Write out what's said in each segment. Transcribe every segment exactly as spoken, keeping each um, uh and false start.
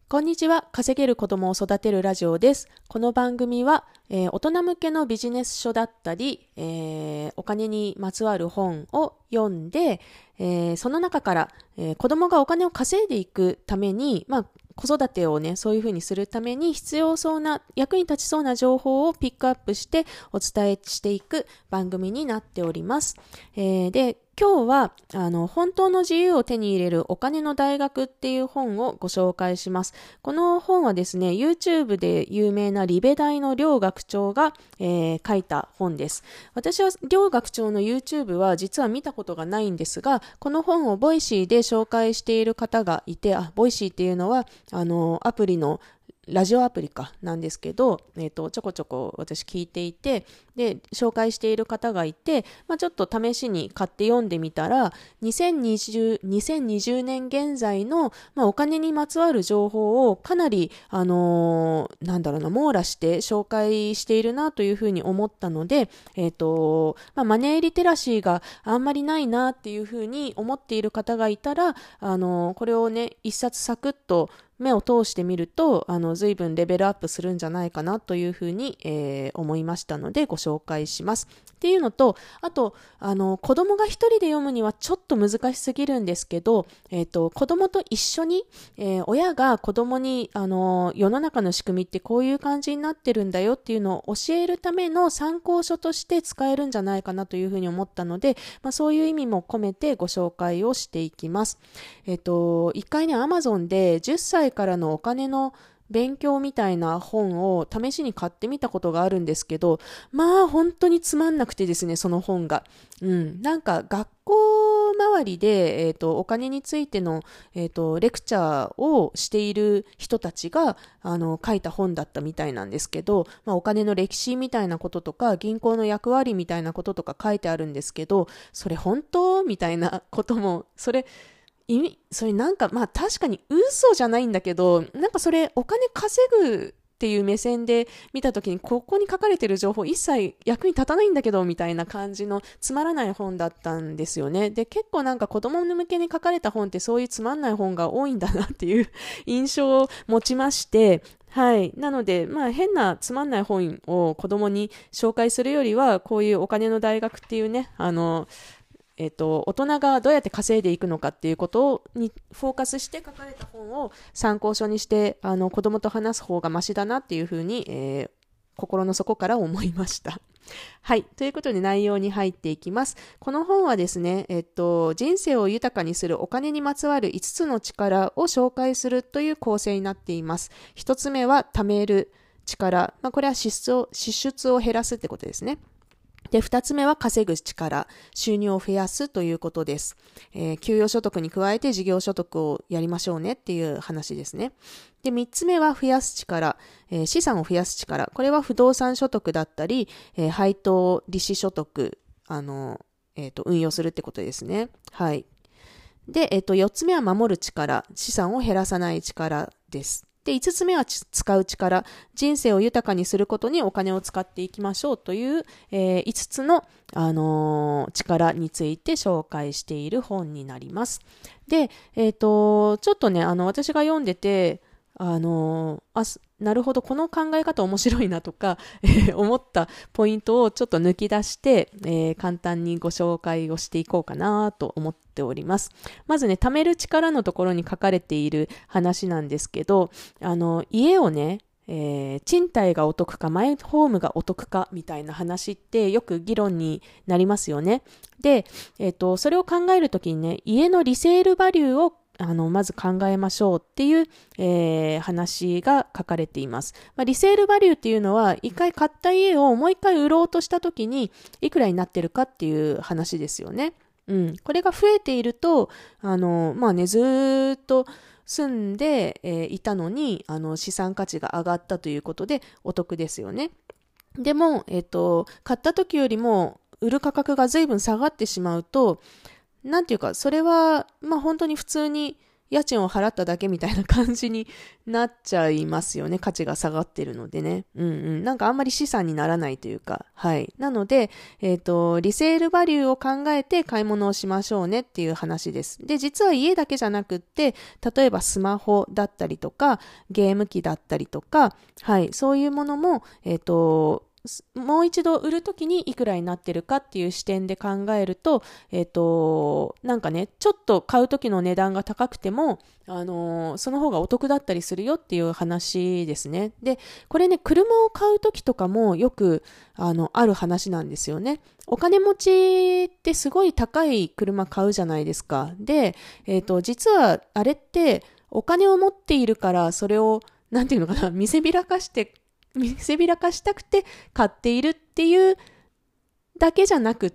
こんにちは。稼げる子供を育てるラジオです。この番組は、えー大人向けのビジネス書だったり、えーお金にまつわる本を読んで、えーその中から、えー子供がお金を稼いでいくために、まあ、子育てをね、そういうふうにするために必要そうな、役に立ちそうな情報をピックアップしてお伝えしていく番組になっております。えーで、今日は、あの、本当の自由を手に入れるお金の大学っていう本をご紹介します。この本はですね、YouTube で有名なリベ大の両学長が、えー書いた本です。私は両学長の YouTube は実は見たことがないんですが、この本をボイシーで紹介している方がいて、あ、ボイシーっていうのは、あの、アプリのラジオアプリかなんですけど、えっと、ちょこちょこ私聞いていて、で、紹介している方がいて、まあ、ちょっと試しに買って読んでみたら、にせんにじゅう、にせんにじゅうねん現在の、まあ、お金にまつわる情報をかなり、あのーなんだろうな、網羅して紹介しているなというふうに思ったので、えっと、まあ、マネーリテラシーがあんまりないなっていうふうに思っている方がいたら、あのーこれをね、一冊サクッと目を通してみると、あの、随分レベルアップするんじゃないかなというふうに、えー思いましたのでご紹介します。っていうのと、あと、あの、子供が一人で読むにはちょっと難しすぎるんですけど、えっと、子供と一緒に、えー親が子供に、あの、世の中の仕組みってこういう感じになってるんだよっていうのを教えるための参考書として使えるんじゃないかなというふうに思ったので、まあ、そういう意味も込めてご紹介をしていきます。えっと、一回ね、アマゾンでじゅっさいからのお金の勉強みたいな本を試しに買ってみたことがあるんですけど、まあ本当につまんなくてですね、その本が。うん、なんか学校周りで、えっと、お金についての、えっと、レクチャーをしている人たちが、あの、書いた本だったみたいなんですけど、まあお金の歴史みたいなこととか、銀行の役割みたいなこととか書いてあるんですけど、それ本当みたいなことも、それ、意味、それなんか、まあ確かに嘘じゃないんだけど、なんかそれお金稼ぐっていう目線で見たときに、ここに書かれてる情報一切役に立たないんだけど、みたいな感じのつまらない本だったんですよね。で、結構なんか子供向けに書かれた本ってそういうつまんない本が多いんだなっていう印象を持ちまして、はい。なので、まあ変なつまんない本を子供に紹介するよりは、こういうお金の大学っていうね、あの、えっと、大人がどうやって稼いでいくのかっていうことにフォーカスして書かれた本を参考書にして、あの、子供と話す方がマシだなっていうふうに、えー心の底から思いました。はい。ということで内容に入っていきます。この本はですね、えっと、人生を豊かにするお金にまつわるいつつの力を紹介するという構成になっています。ひとつめは貯める力。まあ、これは支出を、支出を減らすってことですね。で、二つ目は稼ぐ力、収入を増やすということです。えー給与所得に加えて事業所得をやりましょうねっていう話ですね。で、三つ目は増やす力、えー資産を増やす力。これは不動産所得だったり、えー配当利子所得、あの、えっと、運用するってことですね。はい。で、えっと、よっつめは守る力、資産を減らさない力です。で、いつつめは使う力、人生を豊かにすることにお金を使っていきましょうという、えー、いつつの、あのー力について紹介している本になります。で、えっと、ちょっとね、あの、私が読んでて、あのーあ、なるほど、この考え方面白いなとか、えー思ったポイントをちょっと抜き出して、えー簡単にご紹介をしていこうかなと思っております。まずね、貯める力のところに書かれている話なんですけど、あの、家をね、えー賃貸がお得かマイホームがお得かみたいな話ってよく議論になりますよね。で、えっと、それを考えるときにね、家のリセールバリューをあの、まず考えましょうっていう、えー話が書かれています。まあ、リセールバリューっていうのは、一回買った家をもう一回売ろうとしたときに、いくらになってるかっていう話ですよね。うん。これが増えていると、あの、まあね、ずーっと住んで、えーいたのに、あの、資産価値が上がったということで、お得ですよね。でも、えっと、買った時よりも、売る価格が随分下がってしまうと、なんていうか、それは、まあ本当に普通に家賃を払っただけみたいな感じになっちゃいますよね。価値が下がってるのでね。うんうん。なんかあんまり資産にならないというか。はい。なので、えっと、リセールバリューを考えて買い物をしましょうねっていう話です。で、実は家だけじゃなくって、例えばスマホだったりとか、ゲーム機だったりとか、はい。そういうものも、えっと、もう一度売るときにいくらになってるかっていう視点で考えると、えっと、なんかね、ちょっと買うときの値段が高くても、あのー、その方がお得だったりするよっていう話ですね。で、これね、車を買うときとかもよく、あの、ある話なんですよね。お金持ちってすごい高い車買うじゃないですか。で、えっと、実はあれって、お金を持っているから、それを、なんていうのかな、見せびらかして、見せびらかしたくて買っているっていうだけじゃなくって、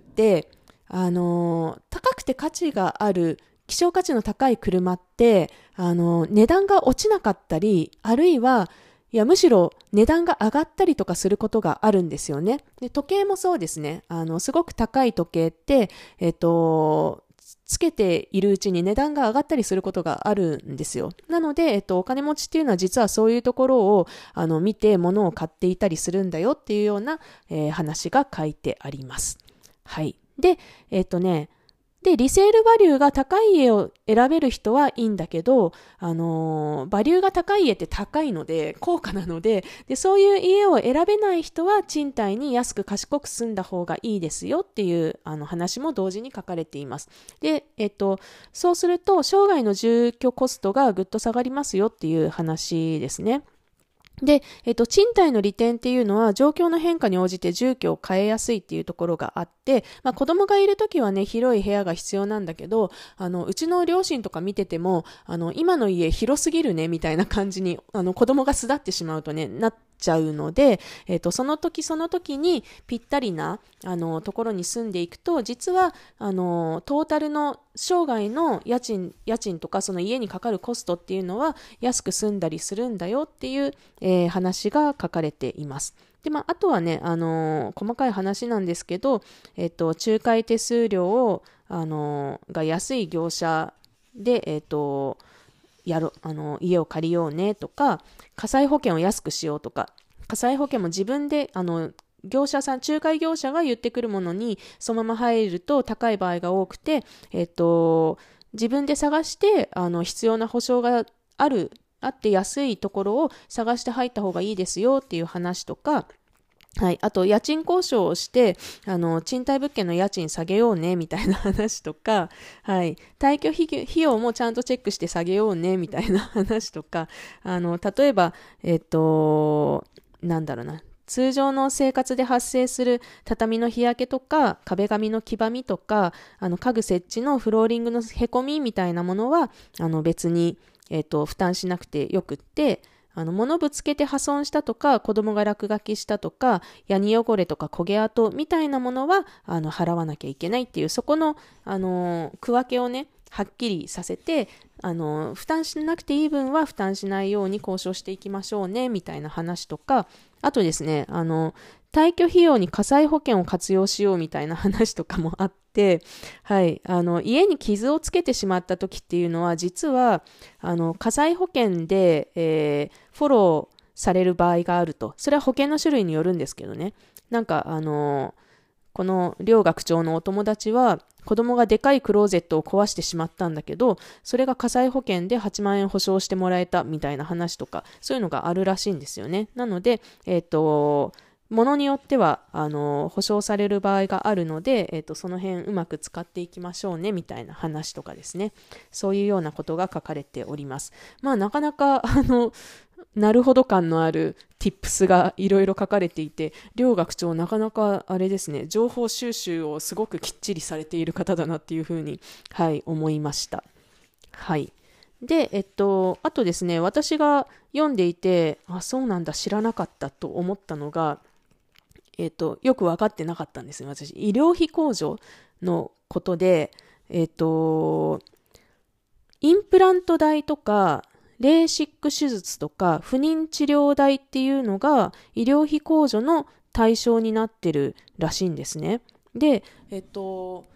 あのー、高くて価値がある希少価値の高い車って、あのー、値段が落ちなかったり、あるいはいやむしろ値段が上がったりとかすることがあるんですよね。で、時計もそうですね。あのすごく高い時計って、えっとつけているうちに値段が上がったりすることがあるんですよ。なので、えっと、お金持ちっていうのは実はそういうところをあの見て物を買っていたりするんだよっていうような、えー、話が書いてあります。はい。で、えっとね、で、リセールバリューが高い家を選べる人はいいんだけど、あのー、バリューが高い家って高いので、高価なので、で、そういう家を選べない人は賃貸に安く賢く住んだ方がいいですよっていうあの話も同時に書かれています。で、えっと、そうすると、生涯の住居コストがぐっと下がりますよっていう話ですね。で、えっと、賃貸の利点っていうのは状況の変化に応じて住居を変えやすいっていうところがあって、まあ子供がいるときはね、広い部屋が必要なんだけど、あの、うちの両親とか見てても、あの、今の家広すぎるね、みたいな感じに、あの、子供が巣立ってしまうとね、なっちゃうので、えっと、その時その時にぴったりな、あの、ところに住んでいくと、実は、あの、トータルの生涯の家賃、家賃とかその家にかかるコストっていうのは安く済んだりするんだよっていう、えー、話が書かれています。で、まあ、あとはね、あのー、細かい話なんですけど、えっと、仲介手数料を、あのー、が安い業者で、えっと、やろ、あの、家を借りようねとか、火災保険を安くしようとか、火災保険も自分で、あの、業者さん、仲介業者が言ってくるものにそのまま入ると高い場合が多くて、えっと、自分で探して、あの、必要な保証がある、あって安いところを探して入った方がいいですよっていう話とか、はい。あと、家賃交渉をして、あの、賃貸物件の家賃下げようね、みたいな話とか、はい。退去費用もちゃんとチェックして下げようね、みたいな話とか、あの、例えば、えっと、なんだろうな。通常の生活で発生する畳の日焼けとか壁紙の黄ばみとかあの家具設置のフローリングのへこみみたいなものはあの別に、えーと、負担しなくてよくってあの物ぶつけて破損したとか子供が落書きしたとかヤニ汚れとか焦げ跡みたいなものはあの払わなきゃいけないっていうそこの、あのー、区分けをねはっきりさせてあの負担しなくていい分は負担しないように交渉していきましょうねみたいな話とかあとですねあの退去費用に火災保険を活用しようみたいな話とかもあって、はい、あの家に傷をつけてしまった時っていうのは実はあの火災保険で、えー、フォローされる場合があるとそれは保険の種類によるんですけどねなんかあのこの両学長のお友達は子供がでかいクローゼットを壊してしまったんだけどそれが火災保険ではちまんえん保証してもらえたみたいな話とかそういうのがあるらしいんですよねなのでえっとものによってはあの保証される場合があるので、えっと、その辺うまく使っていきましょうねみたいな話とかですねそういうようなことが書かれておりますまあなかなかあのなるほど感のある tips がいろいろ書かれていて両学長なかなかあれですね情報収集をすごくきっちりされている方だなっていうふうにはい思いましたはいでえっとあとですね私が読んでいてあそうなんだ知らなかったと思ったのがえっとよく分かってなかったんですね私医療費控除のことでえっとインプラント代とかレーシック手術とか不妊治療代っていうのが医療費控除の対象になってるらしいんですね。で、えっと、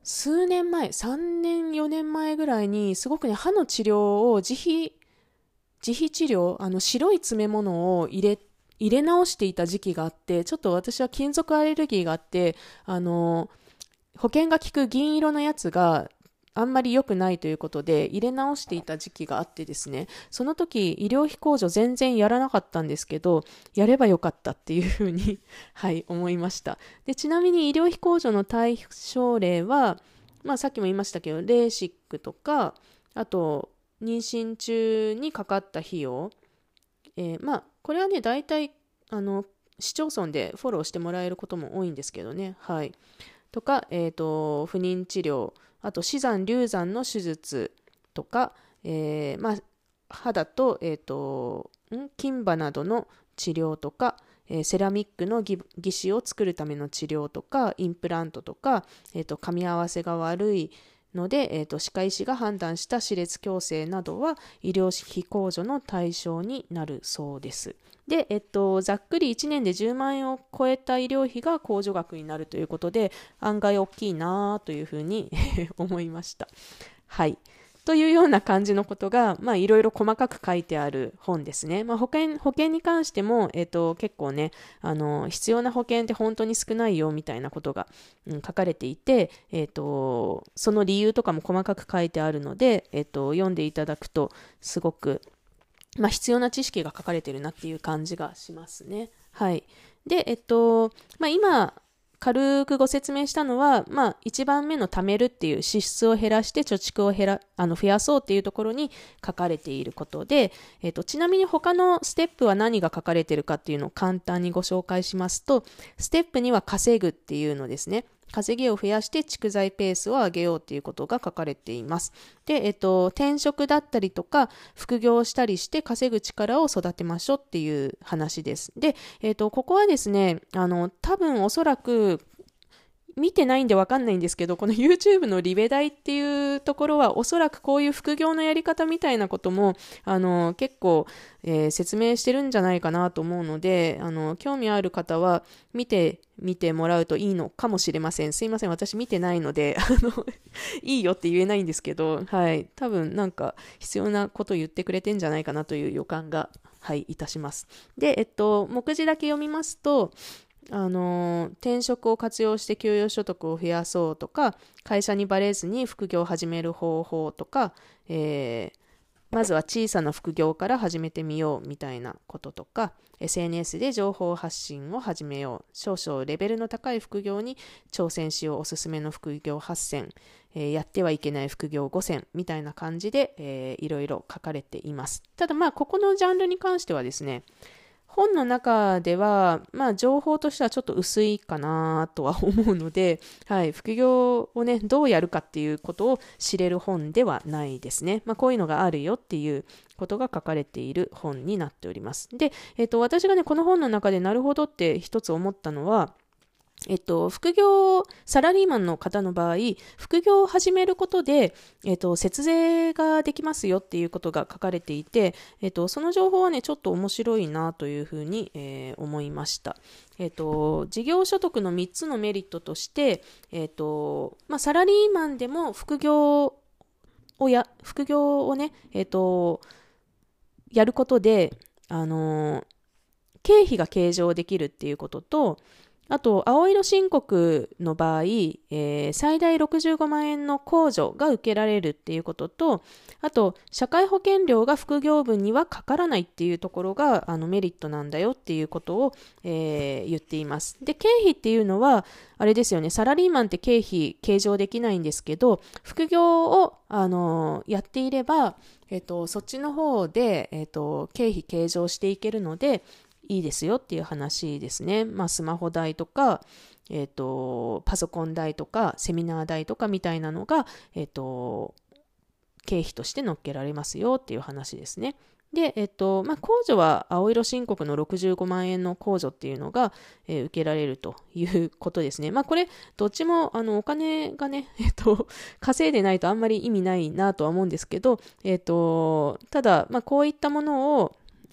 数年前、さんねん、よねんまえぐらいに、すごくね、歯の治療を自費、自費治療、あの、白い詰め物を入れ、入れ直していた時期があって、ちょっと私は金属アレルギーがあって、あの、保険が効く銀色のやつがあんまり良くないということで入れ直していた時期があってですね、その時医療費控除全然やらなかったんですけど、やればよかったっていうふうにはい思いました。で、ちなみに医療費控除の対象例は、まあさっきも言いましたけど、レーシックとか、あと妊娠中にかかった費用、えー、まあこれはね、大体あの市町村でフォローしてもらえることも多いんですけどね、はい。とか、えーと、不妊治療、あと死産流産の手術とか、えーまあ、肌と、えーと、ん金歯などの治療とか、えーセラミックの義義歯を作るための治療とか、インプラントとか、えーと、噛み合わせが悪いので、えーと、歯科医師が判断した歯列矯正などは医療費控除の対象になるそうです。で、えっと、ざっくりいちねんでじゅうまんえんを超えた医療費が控除額になるということで、案外大きいなというふうに思いました。はい。というような感じのことが、まあ、いろいろ細かく書いてある本ですね。まあ、保険、保険に関しても、えっと、結構ね、あの、必要な保険って本当に少ないよみたいなことが、うん、書かれていて、えっと、その理由とかも細かく書いてあるので、えっと、読んでいただくと、すごく、まあ、必要な知識が書かれてるなっていう感じがしますね。はい。で、えっと、まあ、今、軽くご説明したのは、まあ、いちばんめの貯めるっていう支出を減らして貯蓄を減らあの増やそうっていうところに書かれていることで、えっと、ちなみに他のステップは何が書かれているかっていうのを簡単にご紹介しますと、ステップには稼ぐっていうのですね。稼ぎを増やして蓄財ペースを上げようということが書かれています。で、えっと、転職だったりとか、副業したりして稼ぐ力を育てましょうっていう話です。で、えっと、ここはですね、あの、多分おそらく、見てないんでわかんないんですけど、この YouTube のリベ大っていうところはおそらくこういう副業のやり方みたいなこともあの結構、えー、説明してるんじゃないかなと思うので、あの興味ある方は見てみてもらうといいのかもしれません。すいません、私見てないのであのいいよって言えないんですけど、はい、多分なんか必要なこと言ってくれてんじゃないかなという予感が、はい、いたします。で、えっと目次だけ読みますと、あの転職を活用して給与所得を増やそうとか、会社にバレずに副業を始める方法とか、えー、まずは小さな副業から始めてみようみたいなこととか、 エスエヌエス で情報発信を始めよう、少々レベルの高い副業に挑戦しよう、おすすめの副業はっせん、えー、やってはいけない副業ごせんみたいな感じで、えー、いろいろ書かれています。ただまあここのジャンルに関してはですね、本の中では、まあ、情報としてはちょっと薄いかなとは思うので、はい、副業をね、どうやるかっていうことを知れる本ではないですね。まあ、こういうのがあるよっていうことが書かれている本になっております。で、えっと、私がね、この本の中でなるほどって一つ思ったのは、えっと、副業、サラリーマンの方の場合、副業を始めることで、えっと、節税ができますよっていうことが書かれていて、えっと、その情報はね、ちょっと面白いなというふうに、えー、思いました。えっと、事業所得のみっつのメリットとして、えっと、まあ、サラリーマンでも副業をや、副業をね、えっと、やることで、あの、経費が計上できるっていうことと、あと、青色申告の場合、えー、最大ろくじゅうごまんえんの控除が受けられるっていうことと、あと、社会保険料が副業分にはかからないっていうところがあのメリットなんだよっていうことを、えー、言っています。で、経費っていうのは、あれですよね、サラリーマンって経費計上できないんですけど、副業を、あのー、やっていれば、えっと、そっちの方で、えっと、経費計上していけるので、いいですよっていう話ですね。まあ、スマホ代とか、えっと、パソコン代とか、セミナー代とかみたいなのが、えっと、経費として乗っけられますよっていう話ですね。で、えっと、まあ、控除は青色申告のろくじゅうごまんえんの控除っていうのが、えー、受けられるということですね。まあ、これ、どっちも、あの、お金がね、えっと、稼いでないとあんまり意味ないなとは思うんですけど、えっと、ただ、まあ、こういったものを、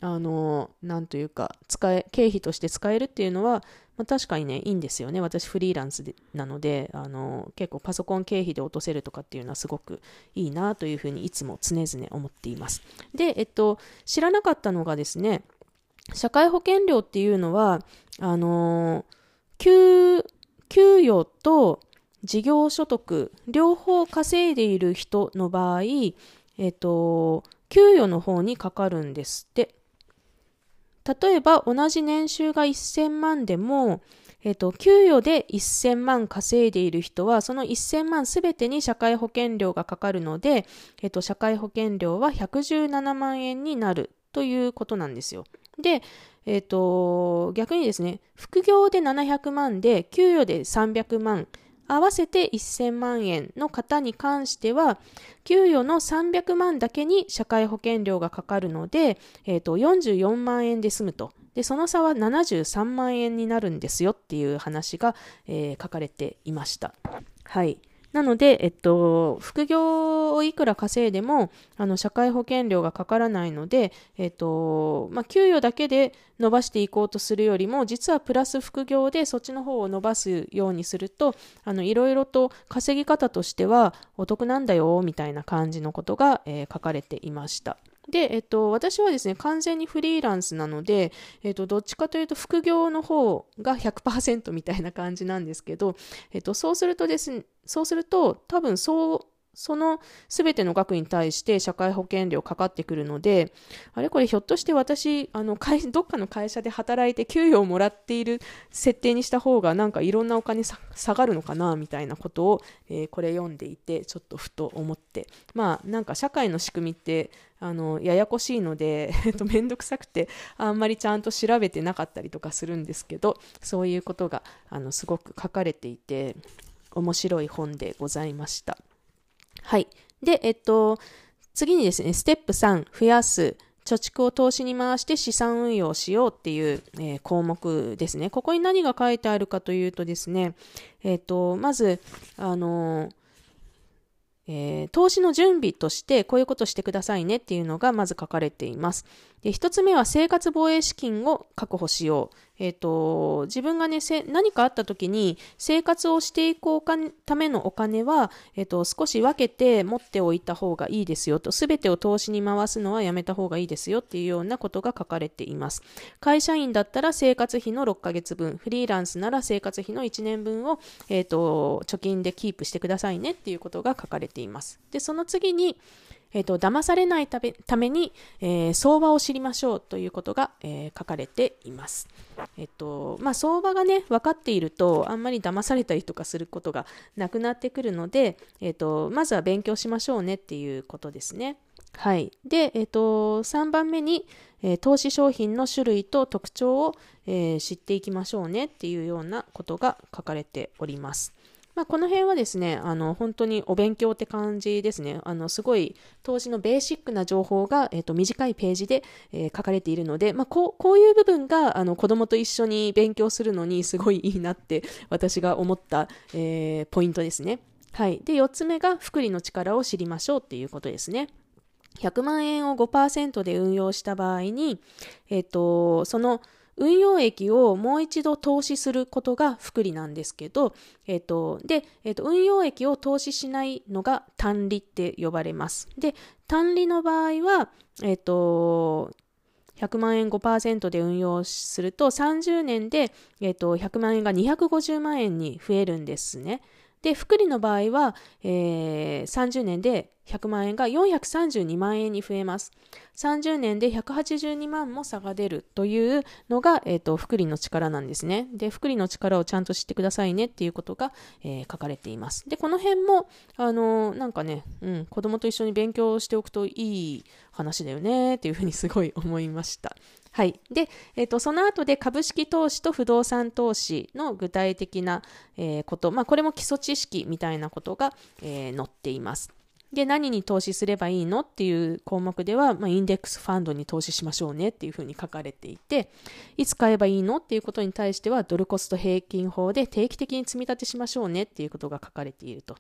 あの、なんというか、使え、経費として使えるっていうのは、まあ、確かにね、いいんですよね。私フリーランスでなので、あの、結構パソコン経費で落とせるとかっていうのはすごくいいなというふうにいつも常々思っています。で、えっと、知らなかったのがですね、社会保険料っていうのは、あの、給、給与と事業所得、両方稼いでいる人の場合、えっと、給与の方にかかるんですって。例えば同じ年収がせんまんでも、えっと、給与でせんまん稼いでいる人は、そのせんまんすべてに社会保険料がかかるので、えっと、社会保険料はひゃくじゅうななまんえんになるということなんですよ。で、えっと、逆にですね、副業でななひゃくまんで、給与でさんびゃくまん、合わせてせんまんえんの方に関しては、給与のさんびゃくまんだけに社会保険料がかかるので、えっと、よんじゅうよんまんえんで済むと。で、その差はななじゅうさんまんえんになるんですよっていう話が、えー、書かれていました。はい。なので、えっと、副業をいくら稼いでも、あの、社会保険料がかからないので、えっと、まあ、給与だけで伸ばしていこうとするよりも、実はプラス副業でそっちの方を伸ばすようにすると、あの、いろいろと稼ぎ方としてはお得なんだよ、みたいな感じのことが、えー、書かれていました。で、えっと、私はですね、完全にフリーランスなので、えっと、どっちかというと副業の方が ひゃくパーセント みたいな感じなんですけど、えっと、そうするとですね、そうすると、多分そう、その全ての額に対して社会保険料かかってくるので、あれこれひょっとして私、あの会どっかの会社で働いて給与をもらっている設定にした方がなんかいろんなお金さ下がるのかなみたいなことを、えー、これ読んでいてちょっとふと思って、まあなんか社会の仕組みってあのややこしいので、えっと、めんどくさくてあんまりちゃんと調べてなかったりとかするんですけど、そういうことがあのすごく書かれていて面白い本でございました。はい。で、えっと、次にですね、ステップさん、増やす。貯蓄を投資に回して資産運用しようっていう、えー、項目ですね。ここに何が書いてあるかというとですね、えっと、まず、あのーえー、投資の準備としてこういうことしてくださいねっていうのがまず書かれています。で、一つ目は生活防衛資金を確保しよう。えっと、自分がね、何かあった時に生活をしていくためのお金は、えっと、少し分けて持っておいた方がいいですよと、すべてを投資に回すのはやめた方がいいですよっていうようなことが書かれています。会社員だったら生活費のろっかげつぶん、フリーランスなら生活費のいちねんぶんを、えっと、貯金でキープしてくださいねっていうことが書かれています。で、その次に、えっと、騙されないため、ために、えー、相場を知りましょうということが、えー、書かれています。えっと、まあ、相場がね、分かっていると、あんまり騙されたりとかすることがなくなってくるので、えっと、まずは勉強しましょうねっていうことですね。はい。で、えっと、さんばんめに、えー、投資商品の種類と特徴を、えー、知っていきましょうねっていうようなことが書かれております。まあ、この辺はですね、あの本当にお勉強って感じですね。あのすごい投資のベーシックな情報が、えー、と短いページで、えー、書かれているので、まあ、こう、こういう部分があの子供と一緒に勉強するのにすごいいいなって私が思った、えー、ポイントですね。はい。で、よっつめが複利の力を知りましょうっていうことですね。ひゃくまんえんを ごパーセント で運用した場合に、えっと、その運用益をもう一度投資することが複利なんですけど、えっと、で、えっと、運用益を投資しないのが単利って呼ばれます。で、単利の場合は、えっと、ひゃくまんえん ごパーセント で運用するとさんじゅうねんで、えっと、ひゃくまんえんがにひゃくごじゅうまんえんに増えるんですね。で、複利の場合は、えー、さんじゅうねんでひゃくまんえんがよんひゃくさんじゅうにまんえんに増えます。さんじゅうねんでひゃくはちじゅうにまんも差が出るというのが、えーと、複利の力なんですね。で、複利の力をちゃんと知ってくださいねっていうことが、えー、書かれています。で、この辺も、あのー、なんかね、うん、子供と一緒に勉強しておくといい話だよねっていうふうにすごい思いました。はい。で、えっと、その後で株式投資と不動産投資の具体的な、えー、こと、まあ、これも基礎知識みたいなことが、えー、載っています。で、何に投資すればいいのっていう項目では、まあ、インデックスファンドに投資しましょうねっていうふうに書かれていて、いつ買えばいいのっていうことに対しては、ドルコスト平均法で定期的に積み立てしましょうねっていうことが書かれていると。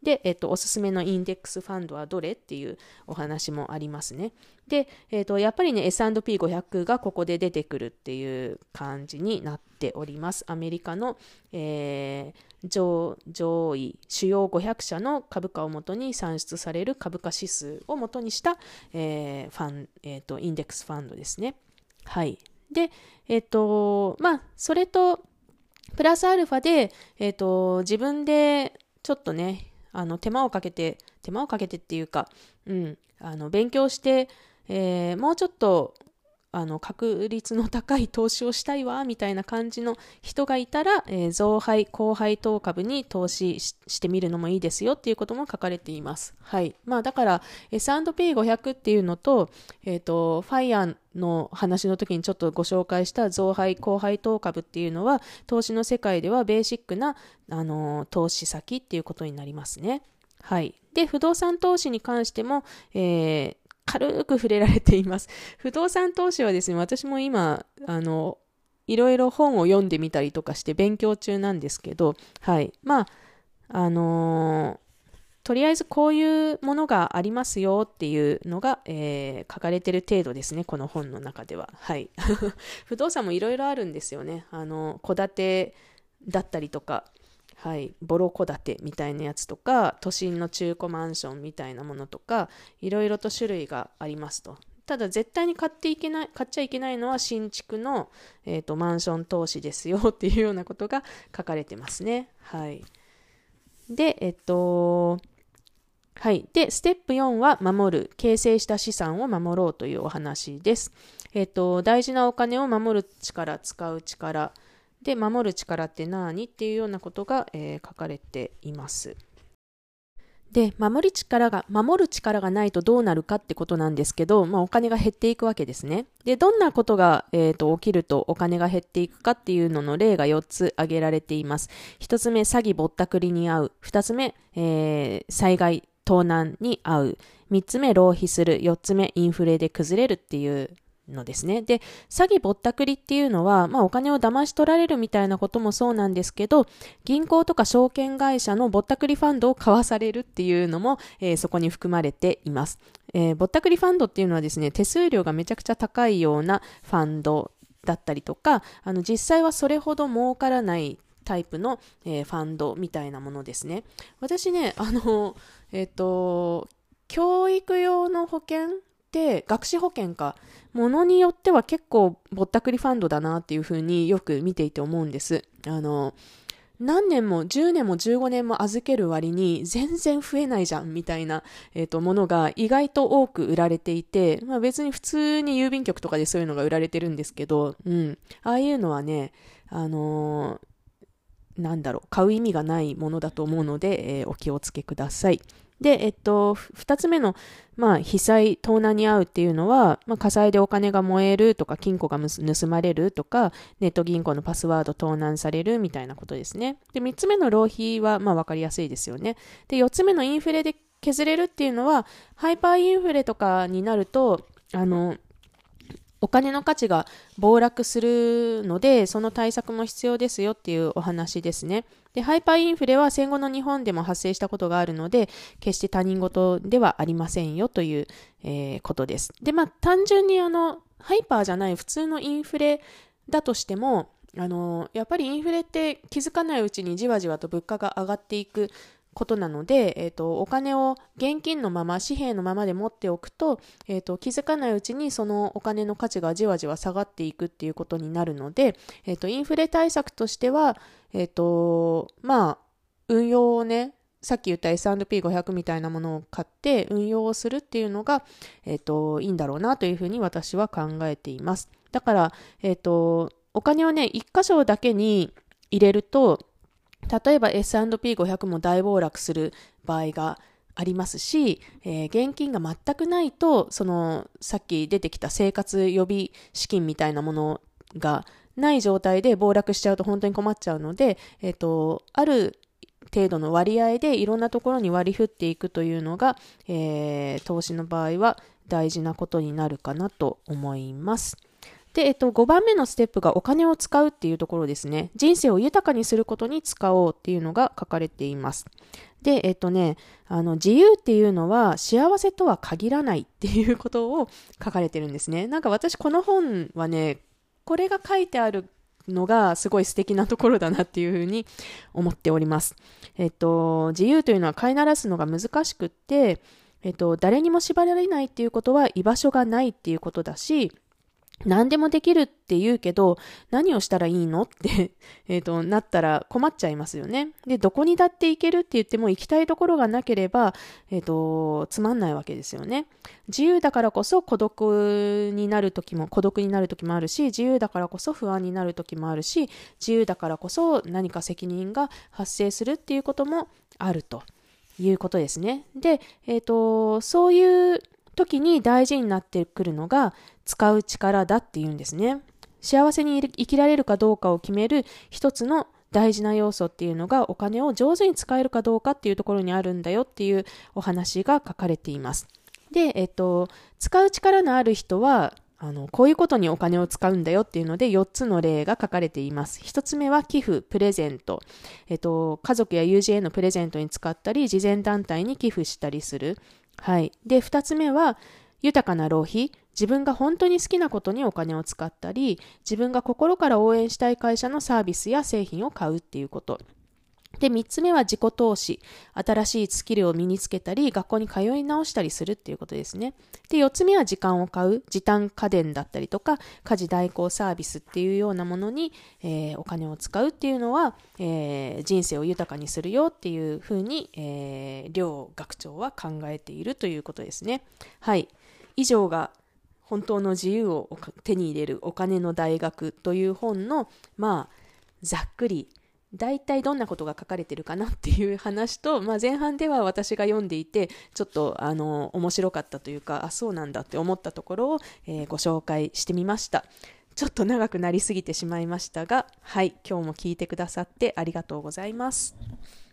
で、えっと、おすすめのインデックスファンドはどれっていうお話もありますね。で、えっと、やっぱりね、エスアンドピーごひゃく がここで出てくるっていう感じになっております。アメリカの、えー、上, 上位主要ごひゃく社の株価をもとに算出される株価指数をもとにした、えーファンえー、とインデックスファンドですね。はい。で、えっと、まあ、それと、プラスアルファで、えっと、自分でちょっとね、あの、手間をかけて、手間をかけてっていうか、うん、あの、勉強して、えーもうちょっと、あの、確率の高い投資をしたいわ、みたいな感じの人がいたら、えー増配、高配当株に投資 し, してみるのもいいですよっていうことも書かれています。はい。まあ、だから、エスアンドピーごひゃく っていうのと、えっと、ファイアンの話の時にちょっとご紹介した増配、高配当株っていうのは、投資の世界ではベーシックな、あのー投資先っていうことになりますね。はい。で、不動産投資に関しても、えー軽く触れられています。不動産投資はですね、私も今、あの、いろいろ本を読んでみたりとかして勉強中なんですけど、はい。まあ、あのーとりあえずこういうものがありますよっていうのが、えー書かれてる程度ですね、この本の中では。はい。不動産もいろいろあるんですよね。あの、戸建てだったりとか、はい、ボロ戸建てみたいなやつとか、都心の中古マンションみたいなものとか、いろいろと種類がありますと。ただ絶対に買っていけない、買っちゃいけないのは新築の、えーと、マンション投資ですよっていうようなことが書かれてますね。はい。で、えっと、はい。で、ステップよんは守る。形成した資産を守ろうというお話です。えっと、大事なお金を守る力、使う力。で、守る力って何っていうようなことが、えー書かれています。で、守り力が、守る力がないとどうなるかってことなんですけど、まあ、お金が減っていくわけですね。で、どんなことが、えーと、起きるとお金が減っていくかっていうのの例がよっつ挙げられています。ひとつめ、詐欺ぼったくりに遭う。ふたつめ、えー災害、盗難に遭う。みっつめ、浪費する。よっつめ、インフレで崩れるっていうのですね。で、詐欺ぼったくりっていうのは、まあお金を騙し取られるみたいなこともそうなんですけど、銀行とか証券会社のぼったくりファンドを買わされるっていうのも、えーそこに含まれています。えーぼったくりファンドっていうのはですね、手数料がめちゃくちゃ高いようなファンドだったりとか、あの実際はそれほど儲からないタイプの、えーファンドみたいなものですね。私ね、あの、えっと、教育用の保険って学資保険か、ものによっては結構ぼったくりファンドだなっていうふうによく見ていて思うんです。あの、何年もじゅうねんもじゅうごねんも預ける割に全然増えないじゃんみたいな、えーと、ものが意外と多く売られていて、まあ、別に普通に郵便局とかでそういうのが売られてるんですけど、うん、ああいうのはね、あのーなんだろう、買う意味がないものだと思うので、えーお気をつけください。で、えっと、二つ目の、まあ、被災、盗難に遭うっていうのは、まあ、火災でお金が燃えるとか、金庫がむす盗まれるとか、ネット銀行のパスワード盗難されるみたいなことですね。で、三つ目の浪費は、まあ、わかりやすいですよね。で、四つ目のインフレで削れるっていうのは、ハイパーインフレとかになると、あの、お金の価値が暴落するので、その対策も必要ですよっていうお話ですね。で、ハイパーインフレは戦後の日本でも発生したことがあるので、決して他人事ではありませんよという、えーことです。で、まあ、単純にあの、ハイパーじゃない普通のインフレだとしても、あの、やっぱりインフレって気づかないうちにじわじわと物価が上がっていくことなので、えーと、お金を現金のまま紙幣のままで持っておくと、えーと、気づかないうちにそのお金の価値がじわじわ下がっていくっていうことになるので、えーと、インフレ対策としては、えーと、まあ運用をね、さっき言った エスアンドピーごひゃく みたいなものを買って運用をするっていうのが、えーと、いいんだろうなというふうに私は考えています。だから、えーと、お金をね、一箇所だけに入れると、例えば エスアンドピーごひゃく も大暴落する場合がありますし、えー、現金が全くないと、そのさっき出てきた生活予備資金みたいなものがない状態で暴落しちゃうと本当に困っちゃうので、えっと、ある程度の割合でいろんなところに割り振っていくというのが、えー、投資の場合は大事なことになるかなと思います。 で、えっと、ごばんめのステップがお金を使うっていうところですね。人生を豊かにすることに使おうっていうのが書かれています。で、えっとね、あの、自由っていうのは幸せとは限らないっていうことを書かれてるんですね。なんか私この本はね、これが書いてあるのがすごい素敵なところだなっていうふうに思っております。えっと、自由というのは飼いならすのが難しくって、えっと、誰にも縛られないっていうことは居場所がないっていうことだし、何でもできるって言うけど、何をしたらいいのって、えっと、なったら困っちゃいますよね。で、どこにだって行けるって言っても行きたいところがなければ、えっと、つまんないわけですよね。自由だからこそ孤独になる時も、孤独になる時もあるし、自由だからこそ不安になる時もあるし、自由だからこそ何か責任が発生するっていうこともあるということですね。で、えっと、そういう時に大事になってくるのが使う力だっていうんですね。幸せに生きられるかどうかを決める一つの大事な要素っていうのがお金を上手に使えるかどうかっていうところにあるんだよっていうお話が書かれています。で、えっと、使う力のある人はあの、こういうことにお金を使うんだよっていうのでよっつの例が書かれています。ひとつめは寄付、プレゼント。えっと、家族や友人へのプレゼントに使ったり、慈善団体に寄付したりする。はい。で、二つ目は、豊かな浪費。自分が本当に好きなことにお金を使ったり、自分が心から応援したい会社のサービスや製品を買うっていうこと。で、三つ目は自己投資。新しいスキルを身につけたり、学校に通い直したりするっていうことですね。で、四つ目は時間を買う。時短家電だったりとか、家事代行サービスっていうようなものに、えー、お金を使うっていうのは、えー、人生を豊かにするよっていうふうに、えー、両学長は考えているということですね。はい。以上が、本当の自由を手に入れるお金の大学という本の、まあ、ざっくり、大体どんなことが書かれてるかなっていう話と、まあ、前半では私が読んでいてちょっとあの面白かったというか、あ、そうなんだって思ったところを、えー、ご紹介してみました。ちょっと長くなりすぎてしまいましたが、はい、今日も聞いてくださってありがとうございます。